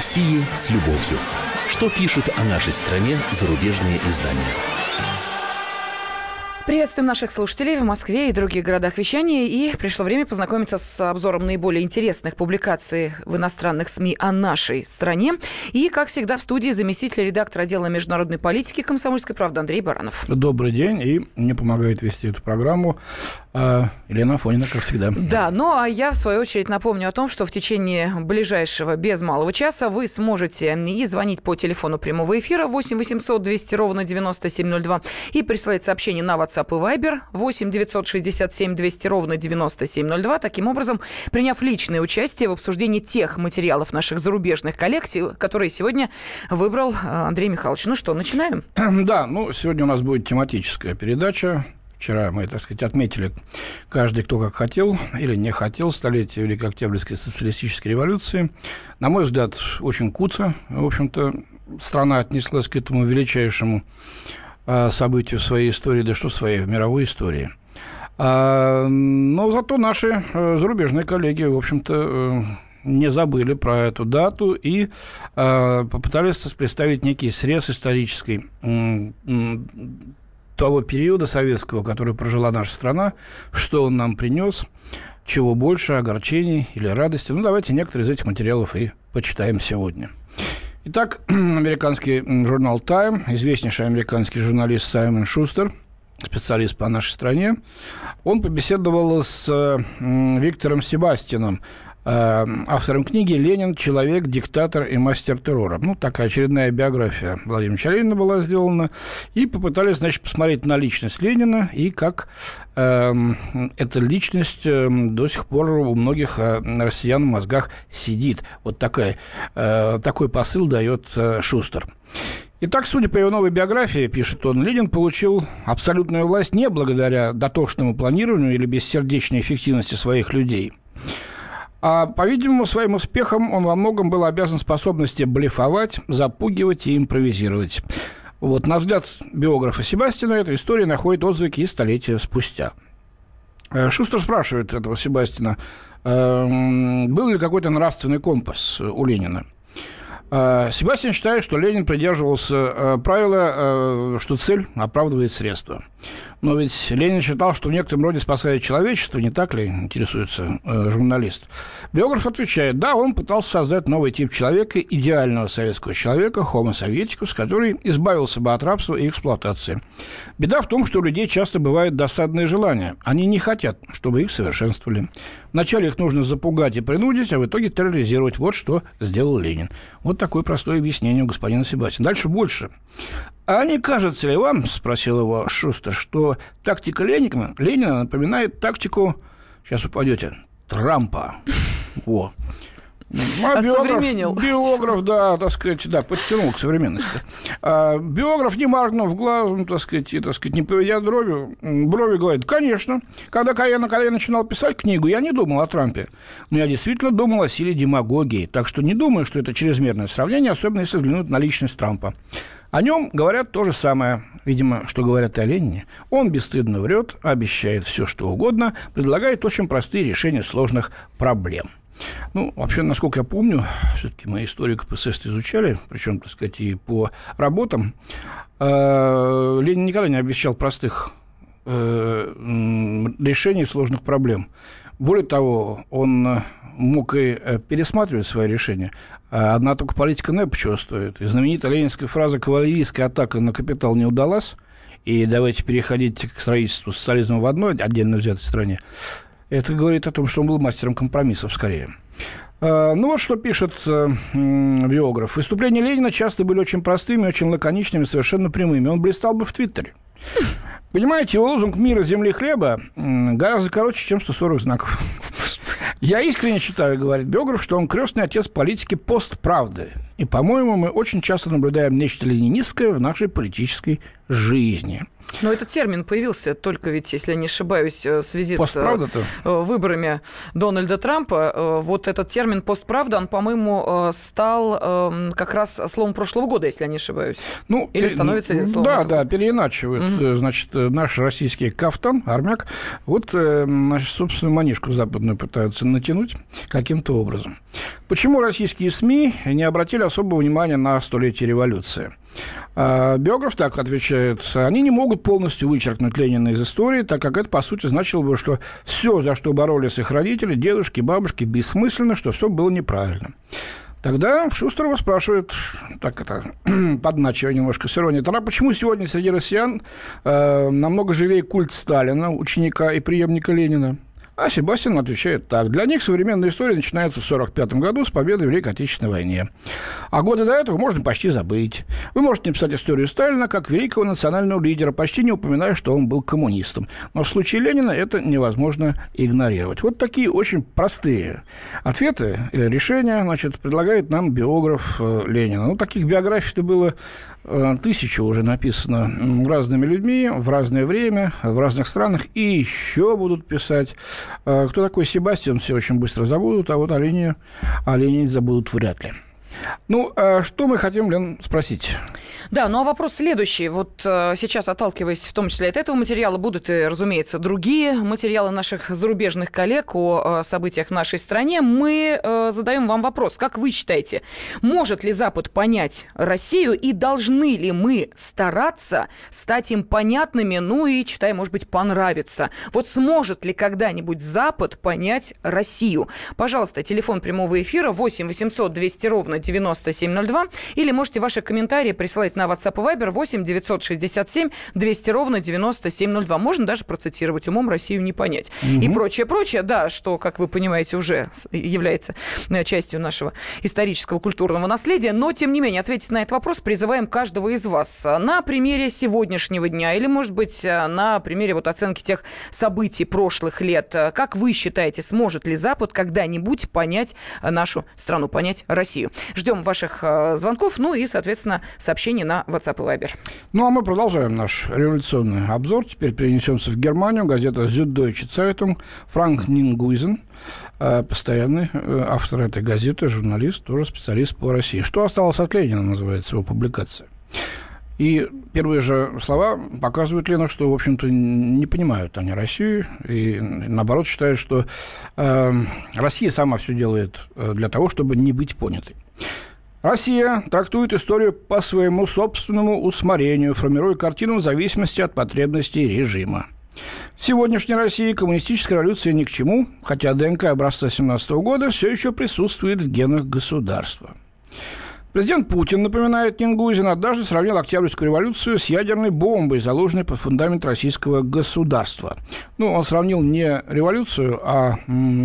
России с любовью. Что пишут о нашей стране зарубежные издания? Приветствуем наших слушателей в Москве и других городах вещания. И пришло время познакомиться с обзором наиболее интересных публикаций в иностранных СМИ о нашей стране. И, как всегда, в студии заместитель редактора отдела международной политики «Комсомольской правды» Андрей Баранов. Добрый день. И мне помогает вести эту программу Елена Афонина, как всегда. Да, ну а я, в свою очередь, напомню о том, что в течение ближайшего без малого часа вы сможете и звонить по телефону прямого эфира 8 800 200 ровно 9702 и присылать сообщение на WhatsApp и Viber 8 967 200 ровно 9702. Таким образом, приняв личное участие в обсуждении тех материалов наших зарубежных коллег, которые сегодня выбрал Андрей Михайлович. Ну что, начинаем? Да, сегодня у нас будет тематическая передача. Вчера мы, отметили каждый, кто как хотел или не хотел, столетие Великой Октябрьской социалистической революции. На мой взгляд, очень куца. В общем-то, страна отнеслась к этому величайшему событию в своей истории, да что в своей, в мировой истории. Но зато наши зарубежные коллеги, в общем-то, не забыли про эту дату и попытались представить некий срез исторический того периода советского, который прожила наша страна, что он нам принес, чего больше, огорчений или радости. Давайте некоторые из этих материалов и почитаем сегодня. Итак, американский журнал Time, известнейший американский журналист Саймон Шустер, специалист по нашей стране, он побеседовал с Виктором Себастьяном, автором книги «Ленин. Человек, диктатор и мастер террора». Такая очередная биография Владимира Ильича была сделана. И попытались, посмотреть на личность Ленина и как эта личность до сих пор у многих россиян в мозгах сидит. Вот такой посыл дает Шустер. Итак, судя по его новой биографии, пишет он, Ленин получил абсолютную власть не благодаря дотошному планированию или бессердечной эффективности своих людей, а, по-видимому, своим успехом он во многом был обязан способности блефовать, запугивать и импровизировать. На взгляд биографа Себастьяна, эта история находит отзвуки и столетия спустя. Шустер спрашивает этого Себастьяна, был ли какой-то нравственный компас у Ленина. Себастьян считает, что Ленин придерживался правила, что цель оправдывает средства. Но ведь Ленин считал, что в некотором роде спасает человечество, не так ли, интересуется журналист. Биограф отвечает, да, он пытался создать новый тип человека, идеального советского человека, homo sovietikus, который избавился бы от рабства и эксплуатации. Беда в том, что у людей часто бывают досадные желания. Они не хотят, чтобы их совершенствовали. Вначале их нужно запугать и принудить, а в итоге терроризировать. Вот что сделал Ленин. Вот такое простое объяснение у господина Себастьяна. Дальше больше. А не кажется ли вам, спросил его Шустер, что тактика Ленина напоминает тактику, сейчас упадете, Трампа? Биограф, да, подтянул к современности. Биограф, не моргнув глазом, не поведя брови, говорит, конечно, когда я начинал писать книгу, я не думал о Трампе, но я действительно думал о силе демагогии, так что не думаю, что это чрезмерное сравнение, особенно если взглянуть на личность Трампа. О нем говорят то же самое, видимо, что говорят и о Ленине. Он бесстыдно врет, обещает все, что угодно, предлагает очень простые решения сложных проблем. Вообще, насколько я помню, все-таки мы историю КПСС изучали, причем, и по работам. Ленин никогда не обещал простых решений сложных проблем. Более того, он мог и пересматривать свои решения. Одна только политика НЭП чего стоит. И знаменитая ленинская фраза «кавалерийская атака на капитал не удалась», и давайте переходить к строительству социализма в одной отдельно взятой стране, это говорит о том, что он был мастером компромиссов скорее. Вот что пишет биограф. Выступления Ленина часто были очень простыми, очень лаконичными, совершенно прямыми. Он блистал бы в Твиттере. Понимаете, его лозунг «Мира, земли, хлеба» гораздо короче, чем 140 знаков. Я искренне считаю, говорит биограф, что он крестный отец политики постправды. И, по-моему, мы очень часто наблюдаем нечто ленинистское в нашей политической жизни. Но этот термин появился только ведь, если я не ошибаюсь, в связи с выборами Дональда Трампа. Вот этот термин «постправда», он, по-моему, стал как раз словом прошлого года, если я не ошибаюсь. Ну, или становится словом Да, переиначивают, значит, наш российский кафтан, армяк, вот, значит, собственно, манишку западную пытаются натянуть каким-то образом. Почему российские СМИ не обратили особого внимания на столетие революции? Биограф так отвечает: они не могут полностью вычеркнуть Ленина из истории, так как это, по сути, значило бы, что все, за что боролись их родители, дедушки, бабушки, бессмысленно, что все было неправильно. Тогда Шустерова спрашивает, так это, подначивая немножко с иронией: тогда почему сегодня среди россиян намного живее культ Сталина, ученика и преемника Ленина? А Себастьян отвечает так: для них современная история начинается в 1945 году с победы в Великой Отечественной войне. А годы до этого можно почти забыть. Вы можете написать историю Сталина как великого национального лидера, почти не упоминая, что он был коммунистом. Но в случае Ленина это невозможно игнорировать. Вот такие очень простые ответы или решения, значит, предлагает нам биограф Ленина. Ну, таких биографий-то было тысячи уже написано разными людьми в разное время, в разных странах, и еще будут писать. Кто такой Себастьян, все очень быстро забудут, а вот о Ленине забудут вряд ли. Ну, что мы хотим, Лен, спросить? Да, ну а вопрос следующий. Вот сейчас, отталкиваясь в том числе от этого материала, будут и, разумеется, другие материалы наших зарубежных коллег о событиях в нашей стране. Мы задаем вам вопрос. Как вы считаете, может ли Запад понять Россию и должны ли мы стараться стать им понятными, ну и, читая, может быть, понравиться? Вот сможет ли когда-нибудь Запад понять Россию? Пожалуйста, телефон прямого эфира 8 800 200 ровно 9702, или можете ваши комментарии присылать на WhatsApp и Viber 8 967 200 ровно 9702. Можно даже процитировать: умом Россию не понять. И прочее, да, что, как вы понимаете, уже является частью нашего исторического культурного наследия. Но, тем не менее, ответить на этот вопрос призываем каждого из вас на примере сегодняшнего дня или, может быть, на примере вот оценки тех событий прошлых лет. Как вы считаете, сможет ли Запад когда-нибудь понять нашу страну, понять Россию? Ждем ваших звонков, ну и, соответственно, сообщений на WhatsApp и Viber. Ну, а мы продолжаем наш революционный обзор. Теперь перенесемся в Германию. Газета «Süddeutsche Zeitung». Франк Нингуйзен, постоянный автор этой газеты, журналист, тоже специалист по России. «Что осталось от Ленина» называется его публикация. И первые же слова показывают Лену, что, в общем-то, не понимают они Россию, и, наоборот, считают, что Россия сама все делает для того, чтобы не быть понятой. Россия трактует историю по своему собственному усмотрению, формируя картину в зависимости от потребностей режима. В сегодняшней России коммунистическая революция ни к чему, хотя ДНК образца 1917 года все еще присутствует в генах государства. Президент Путин, напоминает Нингуйзен, однажды сравнил Октябрьскую революцию с ядерной бомбой, заложенной под фундамент российского государства. Ну, он сравнил не революцию, а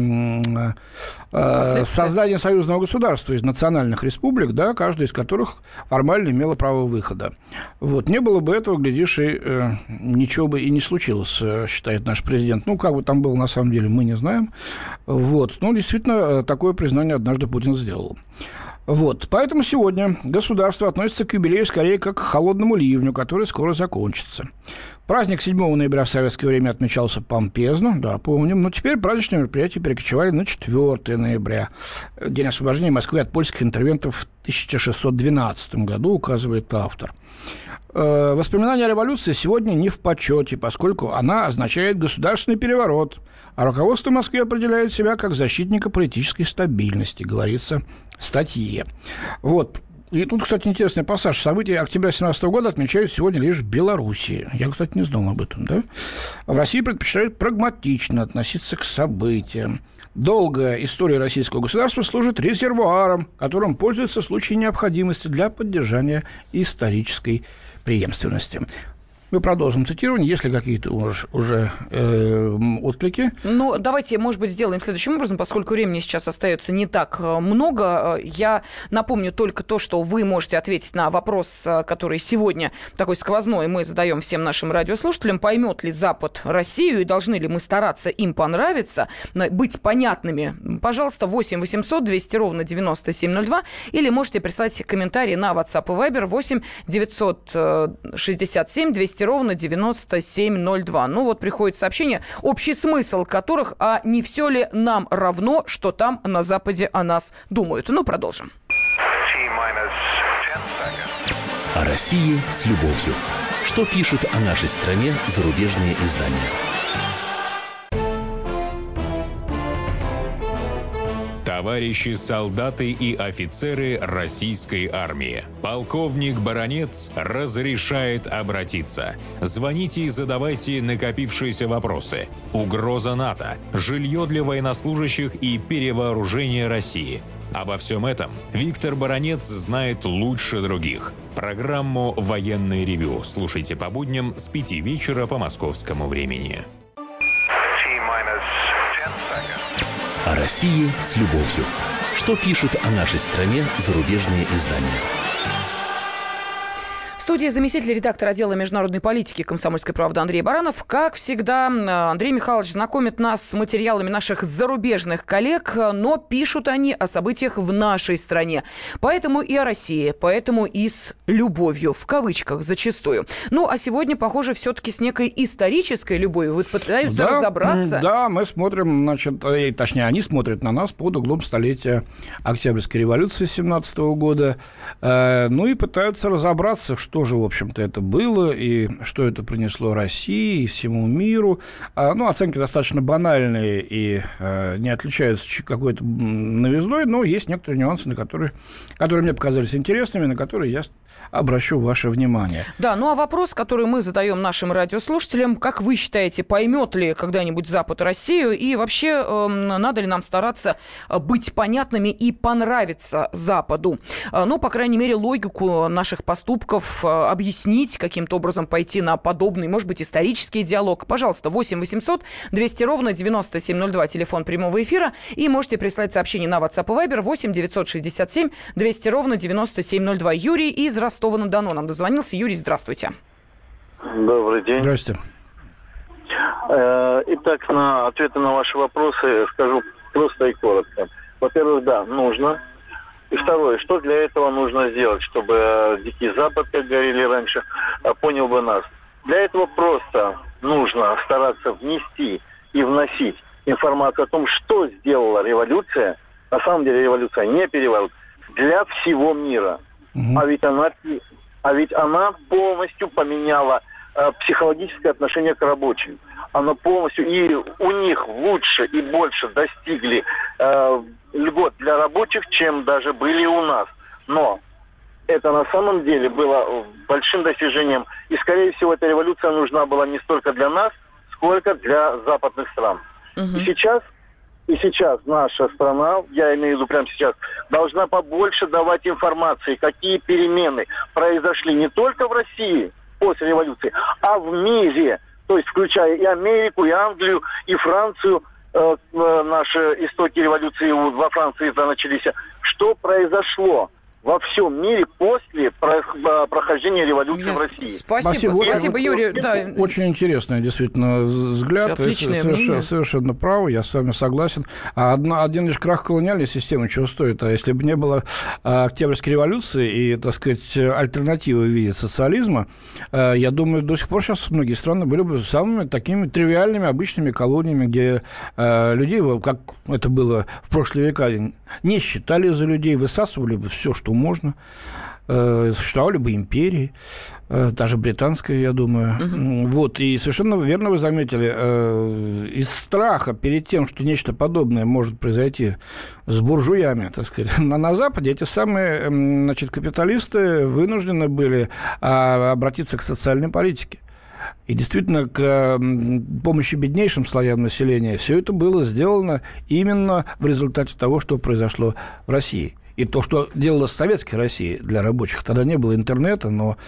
создание союзного государства из национальных республик, да, каждая из которых формально имела право выхода. Вот. Не было бы этого, глядишь, и ничего бы и не случилось, считает наш президент. Ну, как бы там было на самом деле, мы не знаем. Вот. Ну, действительно, такое признание однажды Путин сделал. Вот. Поэтому сегодня государство относится к юбилею скорее как к холодному ливню, который скоро закончится. Праздник 7 ноября в советское время отмечался помпезно, да, помним, но теперь праздничные мероприятия перекочевали на 4 ноября. День освобождения Москвы от польских интервентов в 1612 году, указывает автор. Воспоминания о революции сегодня не в почете, поскольку она означает государственный переворот, а руководство Москвы определяет себя как защитника политической стабильности, говорится в статье. Вот. И тут, кстати, интересный пассаж. События октября 2017 года отмечают сегодня лишь в Белоруссии. Я, кстати, не знал об этом, да? В России предпочитают прагматично относиться к событиям. Долгая история российского государства служит резервуаром, которым пользуются в случае необходимости для поддержания исторической преемственности. Мы продолжим цитирование, если какие-то уже отклики. Ну, давайте, может быть, сделаем следующим образом, поскольку времени сейчас остается не так много. Я напомню только то, что вы можете ответить на вопрос, который сегодня такой сквозной мы задаем всем нашим радиослушателям. Поймет ли Запад Россию и должны ли мы стараться им понравиться, быть понятными? Пожалуйста, 8 800 200 ровно 9702, или можете прислать комментарии на WhatsApp и Viber 8 967 200 200 ровно 9702. Ну вот приходит сообщение, общий смысл которых, а не все ли нам равно, что там на Западе о нас думают. Ну, продолжим. О России с любовью. Что пишут о нашей стране зарубежные издания? Товарищи солдаты и офицеры российской армии. Полковник Баранец разрешает обратиться. Звоните и задавайте накопившиеся вопросы. Угроза НАТО, жилье для военнослужащих и перевооружение России. Обо всем этом Виктор Баранец знает лучше других. Программу «Военное ревю» слушайте по будням с 5 вечера по московскому времени. О России с любовью. Что пишут о нашей стране зарубежные издания? В студии заместитель редактора отдела международной политики «Комсомольской правды» Андрей Баранов. Как всегда, Андрей Михайлович знакомит нас с материалами наших зарубежных коллег, но пишут они о событиях в нашей стране. Поэтому и о России, поэтому и с любовью, в кавычках, зачастую. Ну, а сегодня, похоже, все-таки с некой исторической любовью. Вы пытаетесь разобраться. Да, мы смотрим, значит, точнее, они смотрят на нас под углом столетия Октябрьской революции 17 года, ну и пытаются разобраться, что же, в общем-то, это было, и что это принесло России и всему миру. Ну, оценки достаточно банальные и не отличаются какой-то новизной, но есть некоторые нюансы, которые мне показались интересными, на которые я обращу ваше внимание. Да, ну а вопрос, который мы задаем нашим радиослушателям, как вы считаете, поймет ли когда-нибудь Запад Россию, и вообще надо ли нам стараться быть понятными и понравиться Западу? Ну, по крайней мере, логику наших поступков объяснить, каким-то образом пойти на подобный, может быть, исторический диалог. Пожалуйста, 8 800 200 ровно 9702, телефон прямого эфира, и можете прислать сообщение на WhatsApp и Viber 8 967 200 ровно 9702. Юрий из Ростова-на-Дону нам дозвонился. Юрий, здравствуйте. Добрый день. Здравствуйте. Итак, на ответы на ваши вопросы скажу просто и коротко. Во-первых, да, нужно. И второе, что для этого нужно сделать, чтобы Дикий Запад, как говорили раньше, понял бы нас. Для этого просто нужно стараться внести и вносить информацию о том, что сделала революция, на самом деле революция не переворот, для всего мира. А ведь она полностью поменяла психологическое отношение к рабочим. Она полностью, и у них лучше и больше достигли льгот для рабочих, чем даже были у нас. Но это на самом деле было большим достижением. И, скорее всего, эта революция нужна была не столько для нас, сколько для западных стран. И сейчас наша страна, я имею в виду прямо сейчас, должна побольше давать информации, какие перемены произошли не только в России после революции, а в мире. То есть включая и Америку, и Англию, и Францию. Наши истоки революции во Франции начались. Что произошло во всем мире после прохождения революции в России? Спасибо, Юрий. Да. Очень интересный, действительно, взгляд. Совершенно правы, я с вами согласен. Один лишь крах колониальной системы чего стоит? А если бы не было Октябрьской революции и, так сказать, альтернативы в виде социализма, я думаю, до сих пор сейчас многие страны были бы самыми такими тривиальными, обычными колониями, где людей, как это было в прошлые века, не считали за людей, высасывали бы все, что можно, существовали бы империи, даже британская, я думаю. Вот, и совершенно верно вы заметили, из страха перед тем, что нечто подобное может произойти с буржуями, так сказать, на Западе эти самые, значит, капиталисты вынуждены были обратиться к социальной политике. И действительно, к помощи беднейшим слоям населения все это было сделано именно в результате того, что произошло в России. И то, что делалось в Советской России для рабочих. Тогда не было интернета, но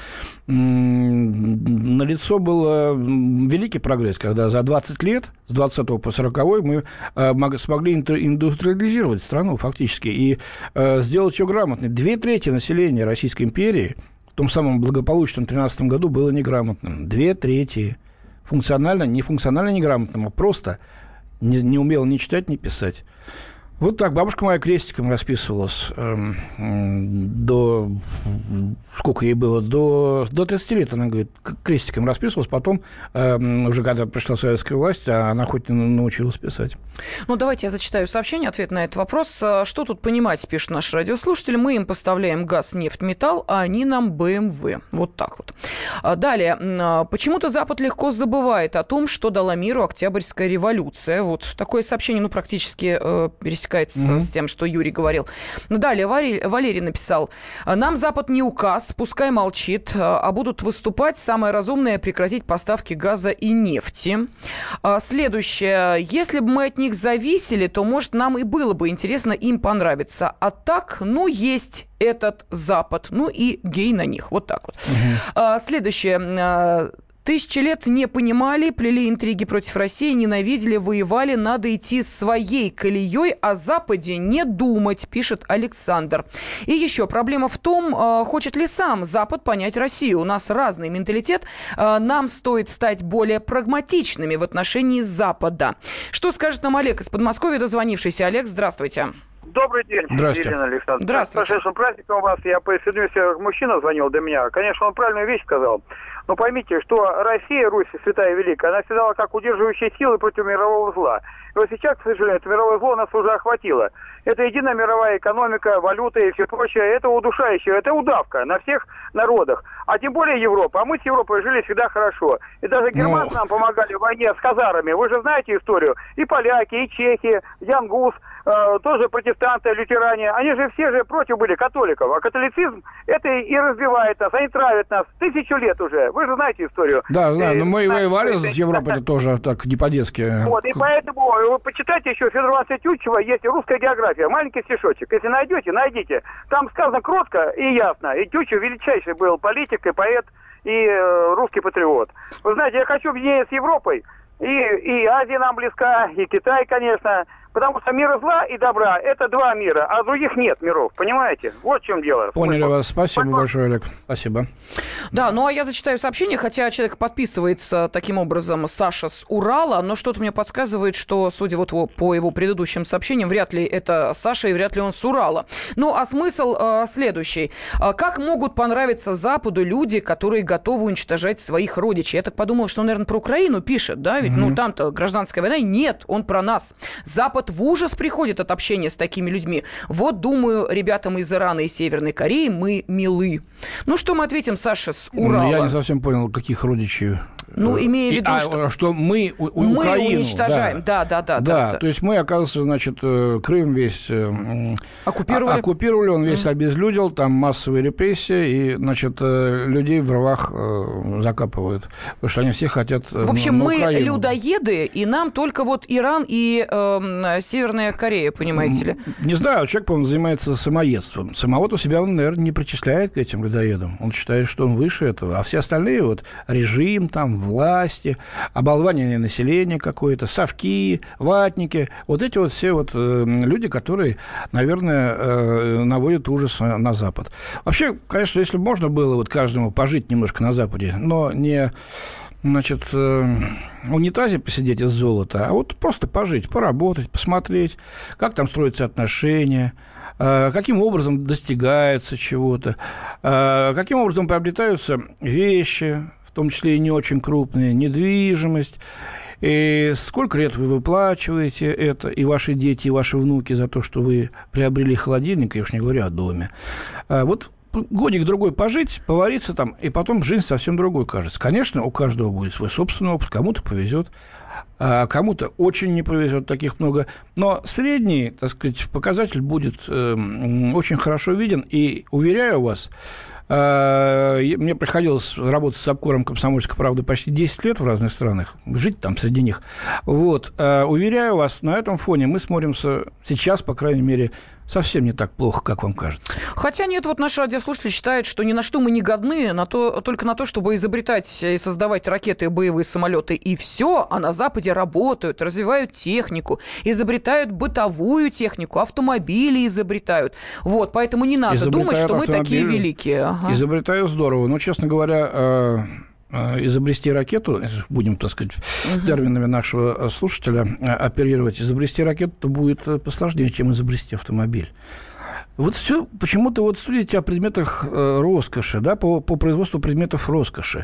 налицо был великий прогресс, когда за 20 лет, с 20 по 40 мы смогли индустриализировать страну фактически и сделать ее грамотной. 2/3 населения Российской империи в том самом благополучном 13 году было неграмотным. 2/3. Не функционально неграмотным, а просто не умело ни читать, ни писать. Вот так. Бабушка моя крестиком расписывалась до... Сколько ей было? До 30 лет, она говорит, крестиком расписывалась. Потом, уже когда пришла советская власть, она хоть научилась писать. Ну, давайте я зачитаю сообщение, ответ на этот вопрос. Что тут понимать, пишет наш радиослушатель. Мы им поставляем газ, нефть, металл, а они нам БМВ. Вот так вот. Далее. Почему-то Запад легко забывает о том, что дала миру Октябрьская революция. Вот такое сообщение, практически пересекается с тем, что Юрий говорил. Далее Валерий написал: нам Запад не указ, пускай молчит, а будут выступать. Самое разумное — прекратить поставки газа и нефти. Следующее. Если бы мы от них зависели, то, может, нам и было бы интересно им понравиться. А так, есть этот Запад, и гей на них. Вот так вот. Следующее. 1000 лет не понимали, плели интриги против России, ненавидели, воевали. Надо идти своей колеей, о Западе не думать, пишет Александр. И еще проблема в том, хочет ли сам Запад понять Россию. У нас разный менталитет. Нам стоит стать более прагматичными в отношении Запада. Что скажет нам Олег из Подмосковья, дозвонившийся? Олег, здравствуйте. Добрый день, Здравствуйте. Елена Александровна. Здравствуйте. С прошедшим праздником вас. Я присоединюсь, мужчина звонил до меня. Конечно, он правильную вещь сказал. Но поймите, что Россия, Русь, святая и великая, она всегда как удерживающая сила против мирового зла. И вот сейчас, к сожалению, это мировое зло нас уже охватило. Это единая мировая экономика, валюта и все прочее. Это удушающее, это удавка на всех народах. А тем более Европа. А мы с Европой жили всегда хорошо. И даже германцы нам помогали в войне с хазарами. Вы же знаете историю. И поляки, и чехи, Ян Гус, тоже протестанты, лютеране. Они же все же против были католиков. А католицизм это и разбивает нас. Они травят нас 1000 лет уже. Вы же знаете историю. Да, но мы воевали с Европой, это тоже так не по-детски. Вот, и поэтому вы почитайте еще Федора Ивановича Тютчева, есть русская география, маленький стишочек. Если найдете, найдите. Там сказано кротко и ясно. И Тютчев величайший был политик и поэт, и русский патриот. Вы знаете, я хочу объединения с Европой. И Азия нам близка, и Китай, конечно. Потому что мира зла и добра – это два мира, а других нет миров, понимаете? Вот в чем дело. Поняли вас. Спасибо большое, Олег. Спасибо. Да, а я зачитаю сообщение, хотя человек подписывается таким образом Саша с Урала, но что-то мне подсказывает, что, судя по его предыдущим сообщениям, вряд ли это Саша и вряд ли он с Урала. А смысл следующий. Как могут понравиться Западу люди, которые готовы уничтожать своих родичей? Я так подумал, что он, наверное, про Украину пишет, да? Ведь, там-то гражданская война. Нет, он про нас. Запад в ужас приходит от общения с такими людьми. Вот, думаю, ребятам из Ирана и Северной Кореи мы милы. Что мы ответим, Саша, с Урала? Я не совсем понял, каких родичей. Имея в виду, что мы Украину уничтожаем. Да. То есть мы, оказывается, Крым весь оккупировали, он весь обезлюдил, там массовые репрессии, и, людей в рвах закапывают. Потому что они все хотят в общем, на мы Украину. Людоеды, и нам только Иран и Северная Корея, понимаете ли. Не знаю, человек, по-моему, занимается самоедством. Самого-то себя он, наверное, не причисляет к этим людоедам. Он считает, что он выше этого. А все остальные, режим, власти, оболванивание населения какое-то, совки, ватники. Эти все люди, которые, наверное, наводят ужас на Запад. Вообще, конечно, если бы можно было каждому пожить немножко на Западе, но не... в унитазе посидеть из золота, а просто пожить, поработать, посмотреть, как там строятся отношения, каким образом достигается чего-то, каким образом приобретаются вещи, в том числе и не очень крупные, недвижимость, и сколько лет вы выплачиваете это, и ваши дети, и ваши внуки за то, что вы приобрели холодильник, я уж не говорю о доме. Годик-другой пожить, повариться там, и потом жизнь совсем другой кажется. Конечно, у каждого будет свой собственный опыт, кому-то повезет, а кому-то очень не повезет, таких много. Но средний, показатель будет очень хорошо виден, и, уверяю вас, мне приходилось работать с обкором «Комсомольской правды» почти 10 лет в разных странах, жить там среди них. Уверяю вас, на этом фоне мы смотримся сейчас, по крайней мере, совсем не так плохо, как вам кажется. Хотя нет, наш радиослушатель считает, что ни на что мы не годны, только на то, чтобы изобретать и создавать ракеты и боевые самолеты, и все, а на Западе работают, развивают технику, изобретают бытовую технику, автомобили изобретают. Поэтому не надо думать, что мы такие великие. Изобретают здорово. Но, честно говоря, изобрести ракету, будем, так сказать, терминами нашего слушателя оперировать, изобрести ракету будет посложнее, чем изобрести автомобиль. Вот все почему-то вот судите о предметах роскоши, да, по производству предметов роскоши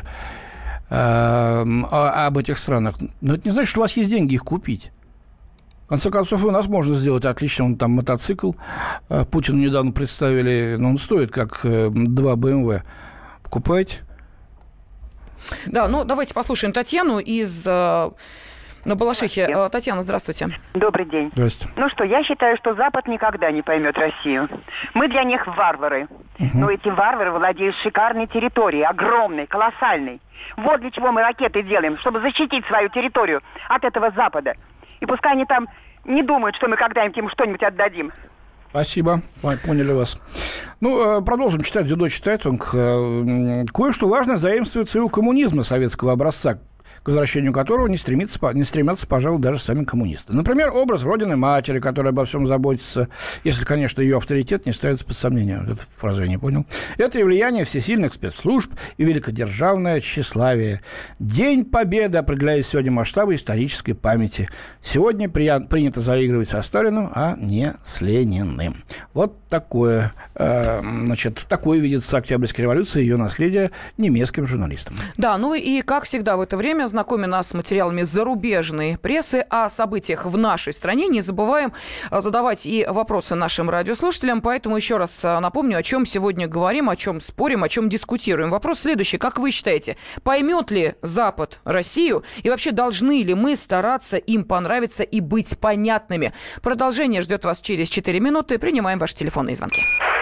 об этих странах. Но это не значит, что у вас есть деньги их купить. В конце концов, у нас можно сделать отличный там мотоцикл. Путину недавно представили, но он стоит как 2 BMW. Покупайте. Да, ну давайте послушаем Татьяну из Балашихи. Татьяна, здравствуйте. Добрый день. Здравствуйте. Ну что, я считаю, что Запад никогда не поймет Россию. Мы для них варвары. Но эти варвары владеют шикарной территорией, огромной, колоссальной. Вот для чего мы ракеты делаем, чтобы защитить свою территорию от этого Запада. И пускай они там не думают, что мы когда-нибудь им что-нибудь отдадим. Спасибо, поняли вас. Ну, продолжим читать Süddeutsche Zeitung. Кое-что важное заимствуется и у коммунизма советского образца, к возвращению которого не стремятся, пожалуй, даже сами коммунисты. Например, образ Родины-матери, которая обо всем заботится, если, конечно, ее авторитет не ставится под сомнение. Эту фразу я не понял. Это и влияние всесильных спецслужб, и великодержавное тщеславие. День Победы определяет сегодня масштабы исторической памяти. Сегодня принято заигрывать со Сталиным, а не с Лениным. Вот такое, такое видится Октябрьская революция и ее наследие немецким журналистам. Да, ну и, как всегда в это время, знакомя нас с материалами зарубежной прессы о событиях в нашей стране. Не забываем задавать и вопросы нашим радиослушателям. Поэтому еще раз напомню, о чем сегодня говорим, о чем спорим, о чем дискутируем. Вопрос следующий. Как вы считаете, поймет ли Запад Россию? И вообще, должны ли мы стараться им понравиться и быть понятными? Продолжение ждет вас через 4 минуты. Принимаем ваши телефонные звонки.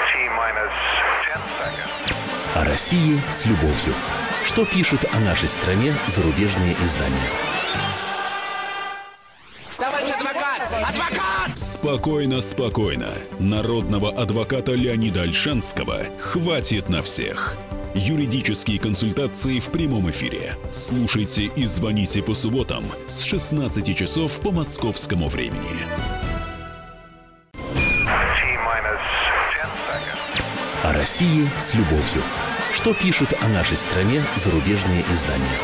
О России с любовью. Что пишут о нашей стране зарубежные издания? Товарищ адвокат! Адвокат! Спокойно, спокойно. Народного адвоката Леонида Ольшанского хватит на всех. Юридические консультации в прямом эфире. Слушайте и звоните по субботам с 16 часов по московскому времени. О России с любовью. Что пишут о нашей стране зарубежные издания?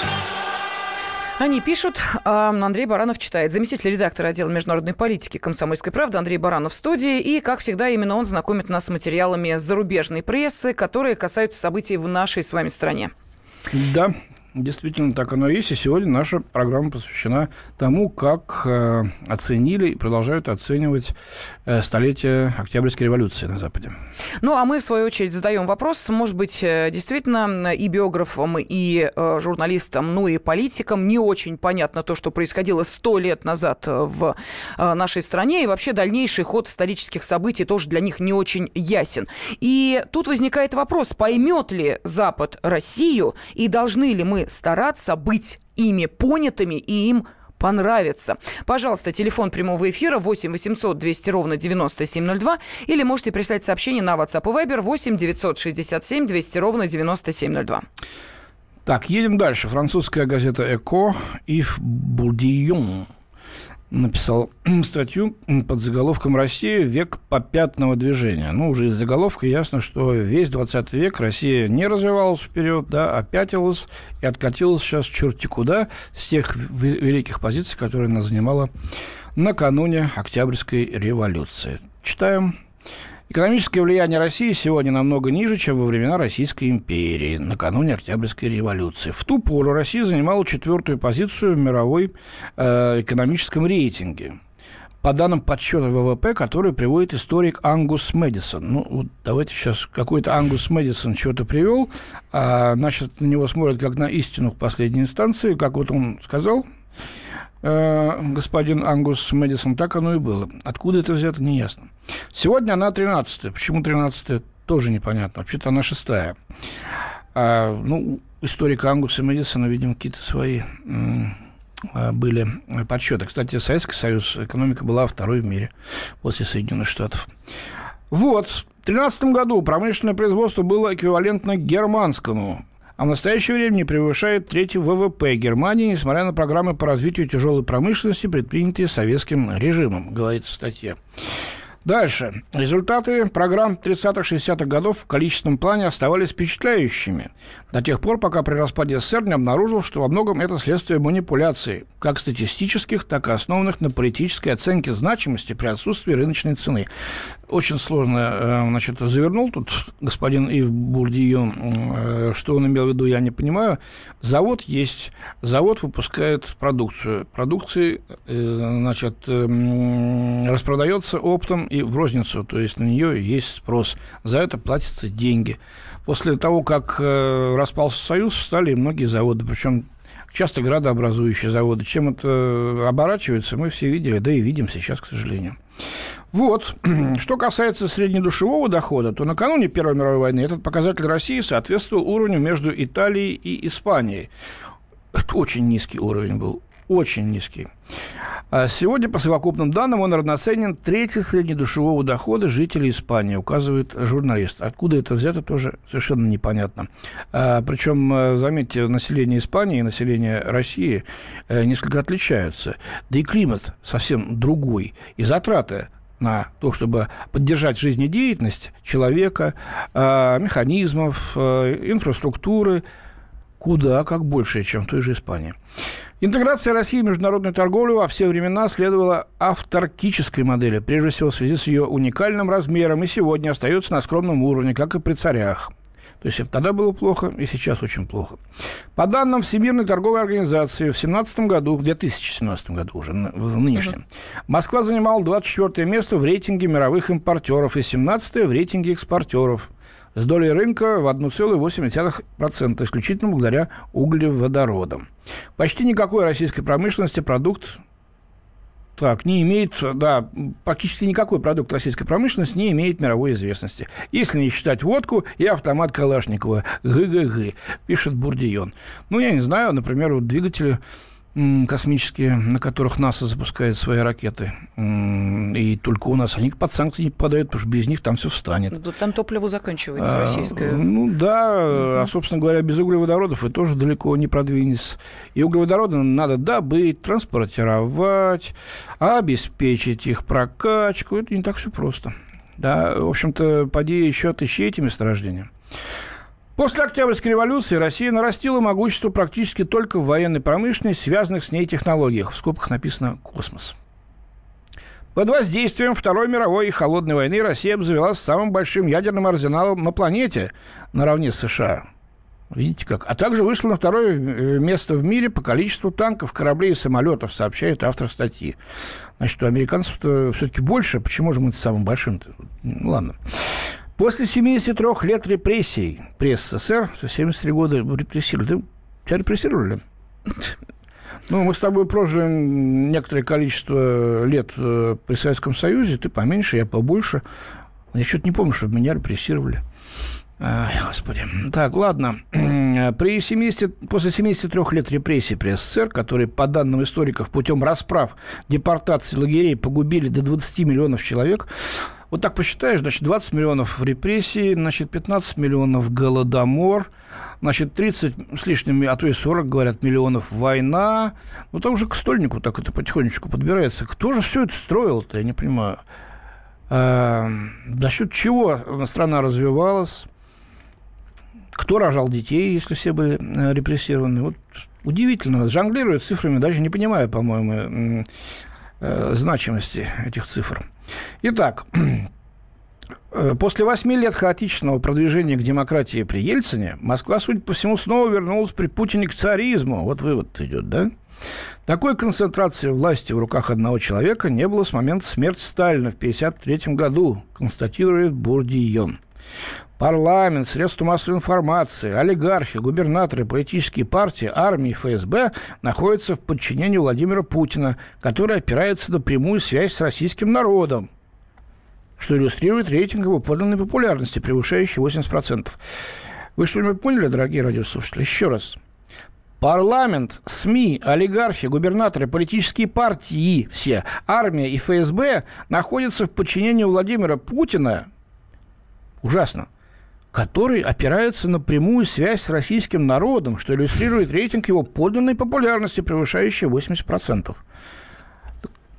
Они пишут, Андрей Баранов читает. Заместитель редактора отдела международной политики «Комсомольской правды» Андрей Баранов в студии. И, как всегда, именно он знакомит нас с материалами зарубежной прессы, которые касаются событий в нашей с вами стране. Да, действительно, так оно и есть. И сегодня наша программа посвящена тому, как оценили и продолжают оценивать столетие Октябрьской революции на Западе. Ну, а мы, в свою очередь, задаем вопрос. Может быть, действительно, и биографам, и журналистам, ну и политикам не очень понятно то, что происходило 100 лет назад в нашей стране. И вообще дальнейший ход исторических событий тоже для них не очень ясен. И тут возникает вопрос, поймет ли Запад Россию, и должны ли мы стараться быть ими понятыми и им понравится. Пожалуйста, телефон прямого эфира 8 800 200 ровно 9702 или можете прислать сообщение на WhatsApp и Viber 8 967 200 ровно 9702. Так, едем дальше. Французская газета «Эко» Ив Бурдийон написал статью под заголовком «Россия. Век попятного движения». Ну, уже из заголовка ясно, что весь 20 век Россия не развивалась вперед, да, а пятилась и откатилась сейчас черти куда с тех великих позиций, которые она занимала накануне Октябрьской революции. Читаем. Экономическое влияние России сегодня намного ниже, чем во времена Российской империи, накануне Октябрьской революции. В ту пору Россия занимала 4-ю позицию в мировой экономическом рейтинге. По данным подсчета ВВП, который приводит историк Ангус Мэдисон. Ну, вот давайте сейчас какой-то Ангус Мэдисон что-то привел, значит, на него смотрят как на истину в последней инстанции, как вот он сказал, господин Ангус Мэдисон, так оно и было. Откуда это взято, не ясно. Сегодня она 13-я. Почему 13-я, тоже непонятно. Вообще-то она 6-я. Ну, историка Ангуса Мэдисона, видимо, какие-то свои были подсчеты. Кстати, Советский Союз, экономика была второй в мире после Соединенных Штатов. Вот. В 2013 году промышленное производство было эквивалентно германскому, а в настоящее время не превышает 3-й ВВП Германии, несмотря на программы по развитию тяжелой промышленности, предпринятые советским режимом, говорится в статье. Дальше. Результаты программ 30-60-х годов в количественном плане оставались впечатляющими. До тех пор, пока при распаде СССР не обнаружил, что во многом это следствие манипуляций, как статистических, так и основанных на политической оценке значимости при отсутствии рыночной цены. Очень сложно, значит, завернул тут господин Ив Бурдион. Что он имел в виду, я не понимаю. Завод есть. Завод выпускает продукцию. Продукция, значит, распродается оптом и в розницу. То есть на нее есть спрос. За это платятся деньги. После того, как распался Союз, стали многие заводы. Причем часто градообразующие заводы. Чем это оборачивается, мы все видели, да и видим сейчас, к сожалению. Вот. Что касается среднедушевого дохода, то накануне Первой мировой войны этот показатель России соответствовал уровню между Италией и Испанией. Это очень низкий уровень был. Очень низкий. А сегодня, по совокупным данным, он равноценен трети среднедушевого дохода жителей Испании, указывает журналист. Откуда это взято, тоже совершенно непонятно. Причем, заметьте, население Испании и население России несколько отличаются. Да и климат совсем другой. И затраты на то, чтобы поддержать жизнедеятельность человека, механизмов, инфраструктуры, куда как больше, чем в той же Испании. Интеграция России в международную торговлю во все времена следовала авторкической модели, прежде всего в связи с ее уникальным размером, и сегодня остается на скромном уровне, как и при царях. То есть тогда было плохо, и сейчас очень плохо. По данным Всемирной торговой организации, в 2017 году уже, в нынешнем, Москва занимала 24 место в рейтинге мировых импортеров и 17 в рейтинге экспортеров, с долей рынка в 1,8%, исключительно благодаря углеводородам. Почти никакой российской промышленности продукт не имеет, практически никакой продукт российской промышленности не имеет мировой известности. Если не считать водку и автомат Калашникова. ГГГ, пишет Бурдион. Я не знаю, например, двигатели космические, на которых НАСА запускает свои ракеты. И только у нас они под санкции не попадают, потому что без них там все встанет. Там топливо заканчивается российское. А, собственно говоря, без углеводородов и тоже далеко не продвинется. И углеводороды надо добыть, транспортировать, обеспечить их прокачку. Это не так все просто. Да, в общем-то, поди еще отыщи эти месторождения. После Октябрьской революции Россия нарастила могущество практически только в военной промышленности, связанных с ней технологиях. В скобках написано «космос». Под воздействием Второй мировой и Холодной войны Россия обзавелась самым большим ядерным арсеналом на планете, наравне с США. Видите как? А также вышла на второе место в мире по количеству танков, кораблей и самолетов, сообщает автор статьи. Значит, у американцев-то все-таки больше. Почему же мы самым большим-то? Ладно. После 73 лет репрессий при СССР, 73 года репрессировали. Тебя репрессировали? Мы с тобой прожили некоторое количество лет при Советском Союзе. Ты поменьше, я побольше. Я что-то не помню, чтобы меня репрессировали. Ай, господи. Так, ладно. После 73 лет репрессий при СССР, которые, по данным историков, путем расправ, депортаций, лагерей погубили до 20 миллионов человек. Вот так посчитаешь, значит, 20 миллионов репрессий, значит, 15 миллионов голодомор, значит, 30 с лишним, а то и 40, говорят, миллионов война. Там уже к стольнику так это потихонечку подбирается. Кто же все это строил-то, я не понимаю. За счет чего страна развивалась? Кто рожал детей, если все были репрессированы? Вот удивительно. Жонглируют цифрами, даже не понимая, по-моему, значимости этих цифр. Итак, после 8 лет хаотичного продвижения к демократии при Ельцине Москва, судя по всему, снова вернулась при Путине к царизму. Вот вывод идет, да? Такой концентрации власти в руках одного человека не было с момента смерти Сталина в 1953 году, констатирует Бурдион. Парламент, средства массовой информации, олигархи, губернаторы, политические партии, армии, ФСБ находятся в подчинении Владимира Путина, который опирается на прямую связь с российским народом, что иллюстрирует рейтинг его подлинной популярности, превышающий 80%. Вы что-нибудь поняли, дорогие радиослушатели? Еще раз. Парламент, СМИ, олигархи, губернаторы, политические партии, все, армия и ФСБ находятся в подчинении Владимира Путина, ужасно, который опирается на прямую связь с российским народом, что иллюстрирует рейтинг его подлинной популярности, превышающий 80%.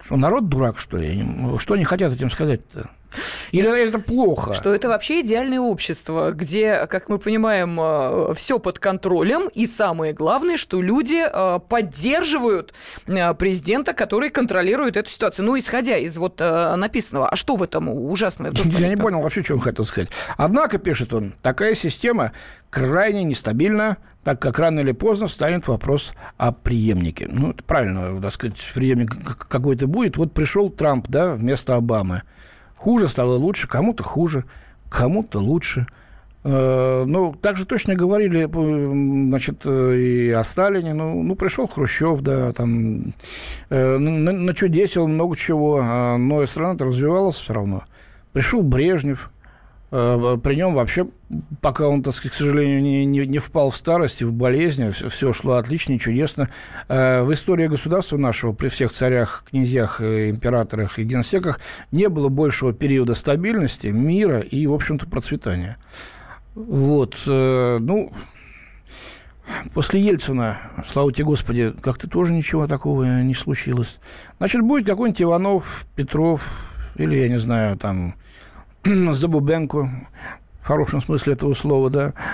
Что, народ дурак, что ли? Что они хотят этим сказать-то? Или это плохо? Что это вообще идеальное общество, где, как мы понимаем, все под контролем. И самое главное, что люди поддерживают президента, который контролирует эту ситуацию. Ну, исходя из вот написанного. А что в этом ужасного? Я не понял вообще, что он хотел сказать. Однако, пишет он, такая система крайне нестабильна, так как рано или поздно встанет вопрос о преемнике. Ну, это правильно, так сказать, преемник какой-то будет. Вот пришел Трамп, да, вместо Обамы. Хуже стало лучше, кому-то хуже, кому-то лучше. Ну, так же точно говорили, значит, и о Сталине. Ну, пришел Хрущев, да, там начудесил много чего, но и страна-то развивалась все равно. Пришел Брежнев. При нем вообще, пока он, так сказать, к сожалению, не впал в старость и в болезни, все шло отлично и чудесно. В истории государства нашего, при всех царях, князьях, императорах и генсеках не было большего периода стабильности, мира и, в общем-то, процветания. Вот. Ну, после Ельцина, слава тебе, Господи, как-то тоже ничего такого не случилось. Значит, будет какой-нибудь Иванов, Петров или, я не знаю, там... Забубенко, в хорошем смысле этого слова,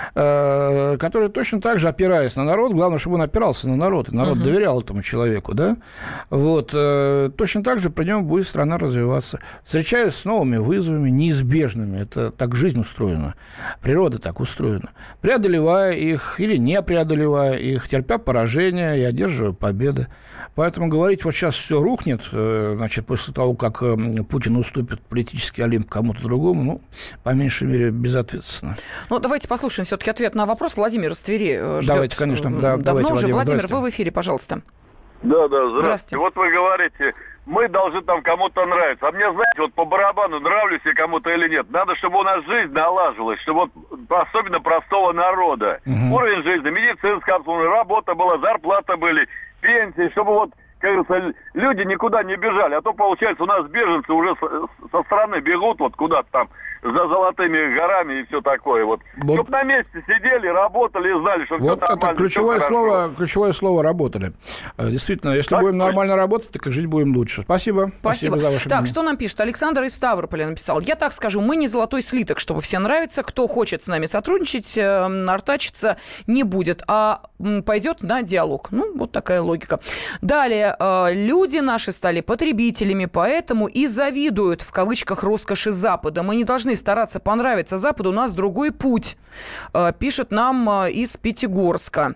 да, который точно так же, опираясь на народ, главное, чтобы он опирался на народ, и народ доверял этому человеку, да, вот, точно так же при нем будет страна развиваться, встречаясь с новыми вызовами, неизбежными, это так жизнь устроена, природа так устроена, преодолевая их или не преодолевая их, терпя поражения и одерживая победы. Поэтому говорить, вот сейчас все рухнет, значит, после того, как Путин уступит политический олимп кому-то другому, ну, по меньшей мере, безответственно. Ну, давайте послушаем все-таки ответ на вопрос. Владимир из Твери ждет. Давайте, конечно. Да, давно давайте, уже. Владимир, вы в эфире, пожалуйста. Да, здравствуйте. Вот вы говорите, мы должны там кому-то нравиться. А мне, знаете, вот по барабану, нравлюсь я кому-то или нет. Надо, чтобы у нас жизнь налаживалась, чтобы вот особенно простого народа. Уровень жизни, медицинская обслуживание, работа была, зарплата были, пенсии, чтобы вот, как говорится, люди никуда не бежали. А то, получается, у нас беженцы уже со страны бегут вот куда-то там за золотыми горами и все такое. Вот. Чтоб на месте сидели, работали и знали, что вот все нормально. Это ключевое слово «работали». Действительно, если будем нормально работать, так и жить будем лучше. Спасибо за ваше мнение. Так, что нам пишет? Александр из Ставрополя написал. Я так скажу, мы не золотой слиток, чтобы всем нравиться. Кто хочет с нами сотрудничать, артачиться не будет, а пойдет на диалог. Ну, вот такая логика. Далее. Люди наши стали потребителями, поэтому и завидуют, в кавычках, роскоши Запада. Мы не должны стараться понравиться Западу, у нас другой путь, пишет нам из Пятигорска.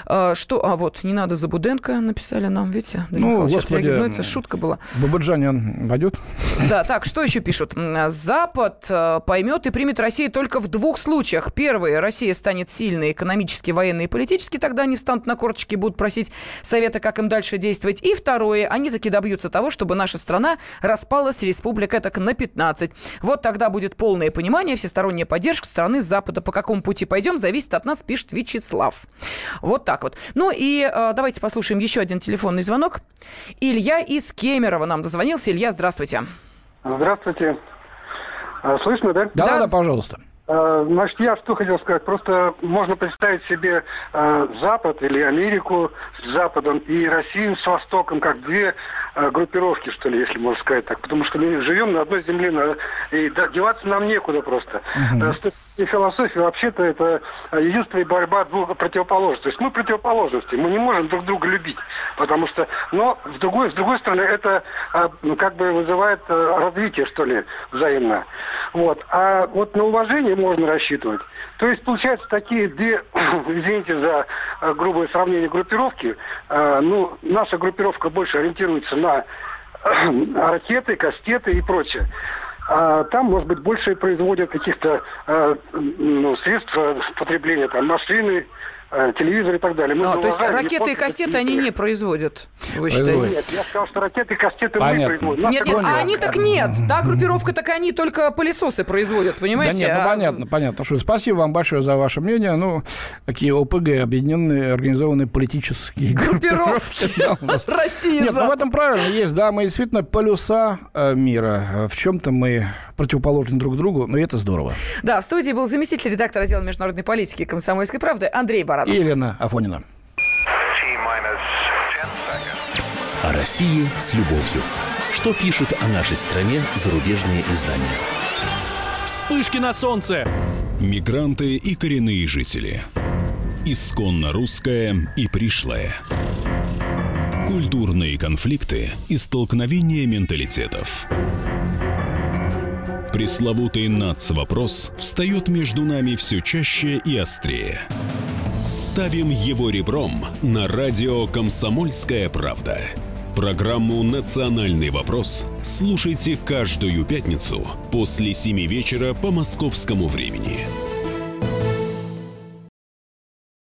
Вот, не надо Забуденко, написали нам, видите? Ну, Господи, это шутка была. Бабаджанян войдет? Да, так, что еще пишут? Запад поймет и примет Россию только в двух случаях. Первый, Россия станет сильной экономически, военно и политически, тогда они встанут на корточки и будут просить совета, как им дальше действовать. И второе, они таки добьются того, чтобы наша страна распалась, республика так на 15. Вот тогда будет полное понимание, всесторонняя поддержка страны Запада. По какому пути пойдем, зависит от нас, пишет Вячеслав. Вот так вот. Ну и давайте послушаем еще один телефонный звонок. Илья из Кемерово нам дозвонился. Илья, здравствуйте. Здравствуйте. Слышно, да? Да, пожалуйста. Значит, я что хотел сказать. Просто можно представить себе Запад или Америку с Западом и Россию с Востоком как две группировки, что ли, если можно сказать так. Потому что мы живем на одной земле, и деваться нам некуда просто. С точки зрения философии, вообще-то, это единство и борьба двух противоположностей. То есть мы противоположности, мы не можем друг друга любить. Потому что, но с другой стороны, это как бы вызывает развитие, что ли, взаимное. Вот. А вот на уважение можно рассчитывать. То есть, получается, такие две, извините за грубое сравнение, группировки. Наша группировка больше ориентируется на ракеты, кастеты и прочее. А там, может быть, больше производят каких-то средств потребления, там, машины, телевизор и так далее. То есть ракеты и кастеты они не производят, вы считаете? Нет, я сказал, что ракеты и кастеты мы производим. Нет, а они так нет. Та группировка, так они только пылесосы производят, понимаете? Да нет, понятно. Спасибо вам большое за ваше мнение. Такие ОПГ, объединенные, организованные политические группировки. России. Нет, в этом правильно есть. Да, мы действительно полюса мира. В чем-то мы противоположны друг другу, но это здорово. Да, в студии был заместитель редактора отдела международной политики «Комсомольской правды» Андрей Баранов. И Елена Афонина. О России с любовью. Что пишут о нашей стране зарубежные издания? Вспышки на солнце. Мигранты и коренные жители. Исконно русское и пришлое. Культурные конфликты и столкновения менталитетов. Пресловутый нацвопрос встает между нами все чаще и острее. Ставим его ребром на радио «Комсомольская правда». Программу «Национальный вопрос» слушайте каждую пятницу после 7 вечера по московскому времени.